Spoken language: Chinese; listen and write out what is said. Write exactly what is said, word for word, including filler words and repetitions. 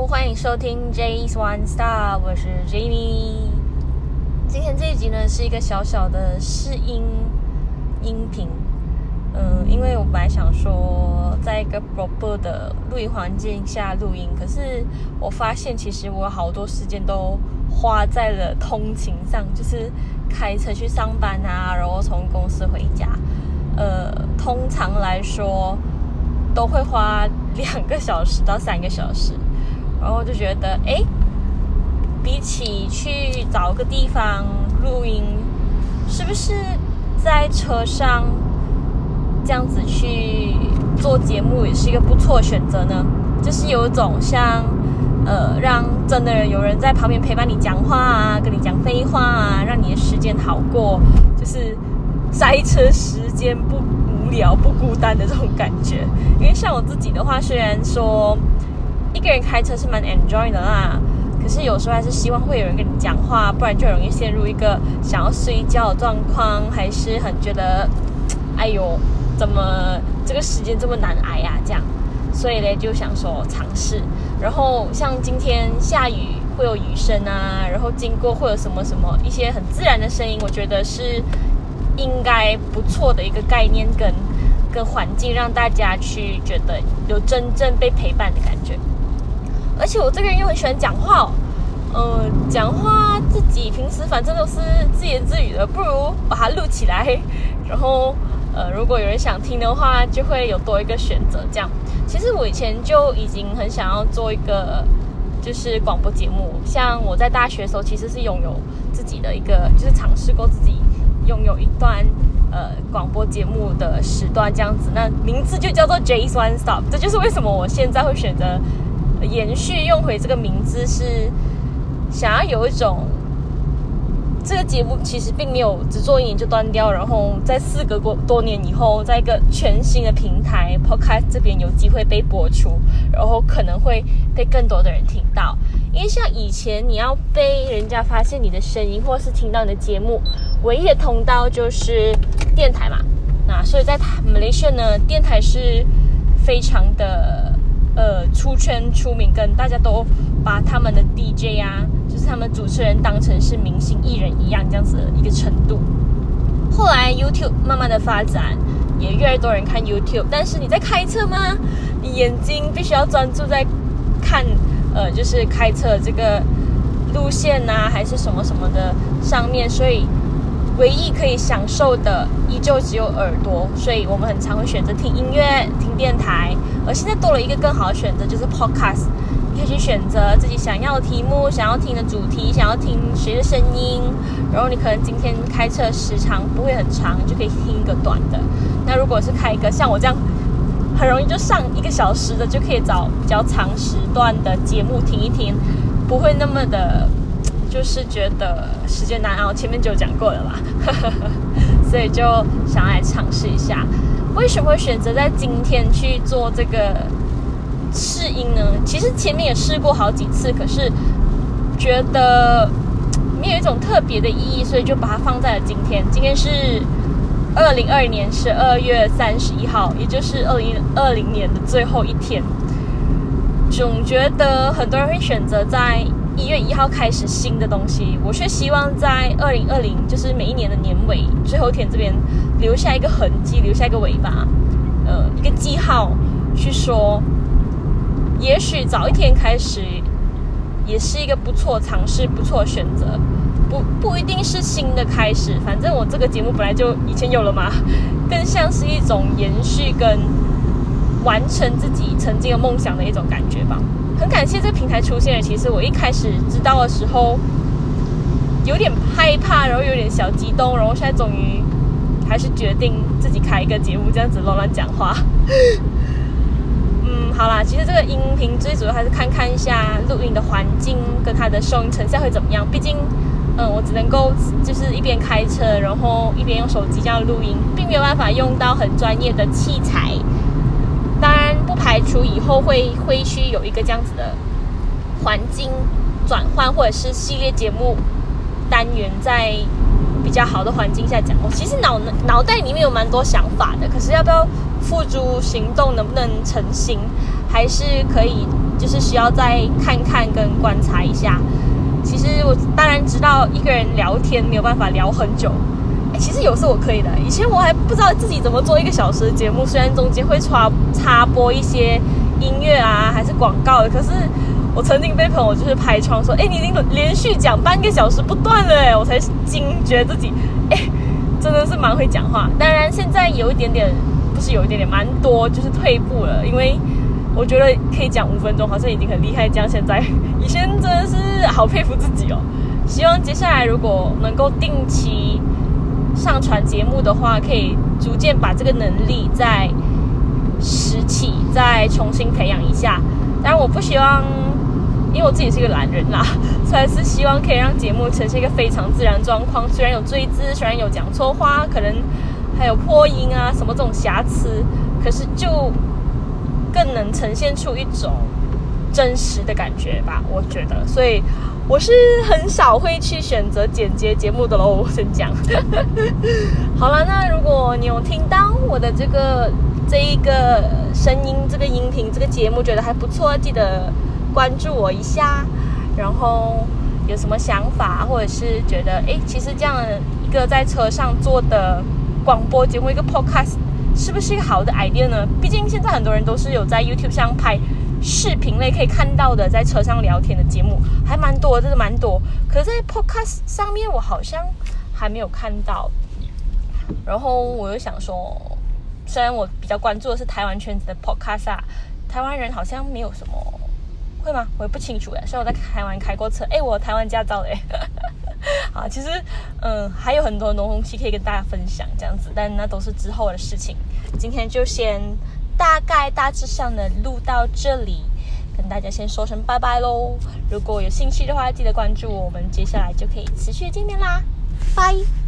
欢迎收听 Jay's One Star， 我是 Jamie。今天这一集呢是一个小小的试音音频，嗯，因为我本来想说在一个 proper 的录音环境下录音，可是我发现其实我有好多时间都花在了通勤上，就是开车去上班啊，然后从公司回家，呃，通常来说都会花两个小时到三个小时，然后就觉得，哎，比起去找个地方录音，是不是在车上这样子去做节目也是一个不错的选择呢？就是有一种像，呃，让真的有人在旁边陪伴你讲话啊，跟你讲废话啊，让你的时间好过，就是塞车时间不无聊不孤单的这种感觉。因为像我自己的话，虽然说一个人开车是蛮 enjoy 的啦，可是有时候还是希望会有人跟你讲话，不然就容易陷入一个想要睡觉的状况，还是很觉得哎呦怎么这个时间这么难挨啊这样。所以呢就想说尝试，然后像今天下雨会有雨声啊，然后经过会有什么什么一些很自然的声音，我觉得是应该不错的一个概念跟跟环境，让大家去觉得有真正被陪伴的感觉。而且我这个人又很喜欢讲话哦，呃，讲话自己平时反正都是自言自语的，不如把它录起来，然后呃，如果有人想听的话，就会有多一个选择这样。其实我以前就已经很想要做一个就是广播节目，像我在大学的时候其实是拥有自己的一个，就是尝试过自己拥有一段呃广播节目的时段这样子，那名字就叫做 Jay's One Stop。 这就是为什么我现在会选择延续用回这个名字，是想要有一种这个节目其实并没有只做一年就断掉，然后在四个多年以后，在一个全新的平台 Podcast 这边有机会被播出，然后可能会被更多的人听到。因为像以前你要被人家发现你的声音，或是听到你的节目，唯一的通道就是电台嘛。那所以在马来西亚呢，电台是非常的呃出圈出名，跟大家都把他们的 D J 啊，就是他们主持人当成是明星艺人一样这样子的一个程度。后来 YouTube 慢慢的发展，也越来越多人看 YouTube， 但是你在开车吗？你眼睛必须要专注在看呃，就是开车这个路线啊，还是什么什么的上面，所以唯一可以享受的依旧只有耳朵，所以我们很常会选择听音乐、听电台。而现在多了一个更好的选择，就是 podcast。你可以去选择自己想要的题目、想要听的主题、想要听谁的声音，然后你可能今天开车时长不会很长，就可以听一个短的。那如果是开一个像我这样很容易就上一个小时的，就可以找比较长时段的节目听一听，不会那么的就是觉得时间难熬，前面就有讲过了啦所以就想来尝试一下。为什么会选择在今天去做这个试音呢？其实前面也试过好几次，可是觉得没有一种特别的意义，所以就把它放在了今天。今天是二零二零年十二月三十一号，也就是二零二零年的最后一天。总觉得很多人会选择在一月一号开始新的东西，我却希望在二零二零，就是每一年的年尾最后一天这边留下一个痕迹，留下一个尾巴，呃，一个记号，去说也许早一天开始也是一个不错尝试，不错的选择，不不一定是新的开始，反正我这个节目本来就以前有了嘛，更像是一种延续跟完成自己曾经的梦想的一种感觉吧。很感谢这个平台出现了。其实我一开始知道的时候有点害怕，然后有点小激动，然后现在终于还是决定自己开一个节目，这样子乱乱讲话嗯，好啦，其实这个音频最主要还是看看一下录音的环境跟它的收音成效会怎么样。毕竟嗯，我只能够就是一边开车，然后一边用手机这样录音，并没有办法用到很专业的器材。当然不排除以后会会去有一个这样子的环境转换，或者是系列节目单元在比较好的环境下讲。我其实脑脑袋里面有蛮多想法的，可是要不要付诸行动，能不能成型，还是可以就是需要再看看跟观察一下。其实我当然知道一个人聊天没有办法聊很久，其实有时候我可以的。以前我还不知道自己怎么做一个小时的节目，虽然中间会插插播一些音乐啊，还是广告的，可是我曾经被朋友就是拍窗说：“哎，你已经连续讲半个小时不断了哎！”我才惊觉自己，哎，真的是蛮会讲话。当然现在有一点点，不是有一点点，蛮多就是退步了，因为我觉得可以讲五分钟，好像已经很厉害。这样现在，以前真的是好佩服自己哦。希望接下来如果能够定期上传节目的话，可以逐渐把这个能力再拾起，再重新培养一下。当然我不希望，因为我自己是一个懒人啦，所以是希望可以让节目呈现一个非常自然状况。虽然有赘字，虽然有讲错话，可能还有破音啊什么这种瑕疵，可是就更能呈现出一种真实的感觉吧，我觉得。所以我是很少会去选择剪接节目的咯，我先讲。好了，那如果你有听到我的这个这一个声音，这个音频，这个节目觉得还不错，记得关注我一下。然后有什么想法，或者是觉得哎，其实这样一个在车上做的广播节目，一个 podcast 是不是一个好的 idea 呢？毕竟现在很多人都是有在 YouTube 上拍视频类可以看到的，在车上聊天的节目还蛮多，真的蛮多。可是在 podcast 上面我好像还没有看到。然后我又想说，虽然我比较关注的是台湾圈子的 podcast 啊，台湾人好像没有什么，会吗？我也不清楚诶。虽然我在台湾开过车，诶，我有台湾驾照诶。好，其实嗯还有很多东西可以跟大家分享这样子，但那都是之后的事情。今天就先大概大致上的录到这里，跟大家先说声拜拜咯。如果有兴趣的话，记得关注我，我们接下来就可以持续见面啦，拜。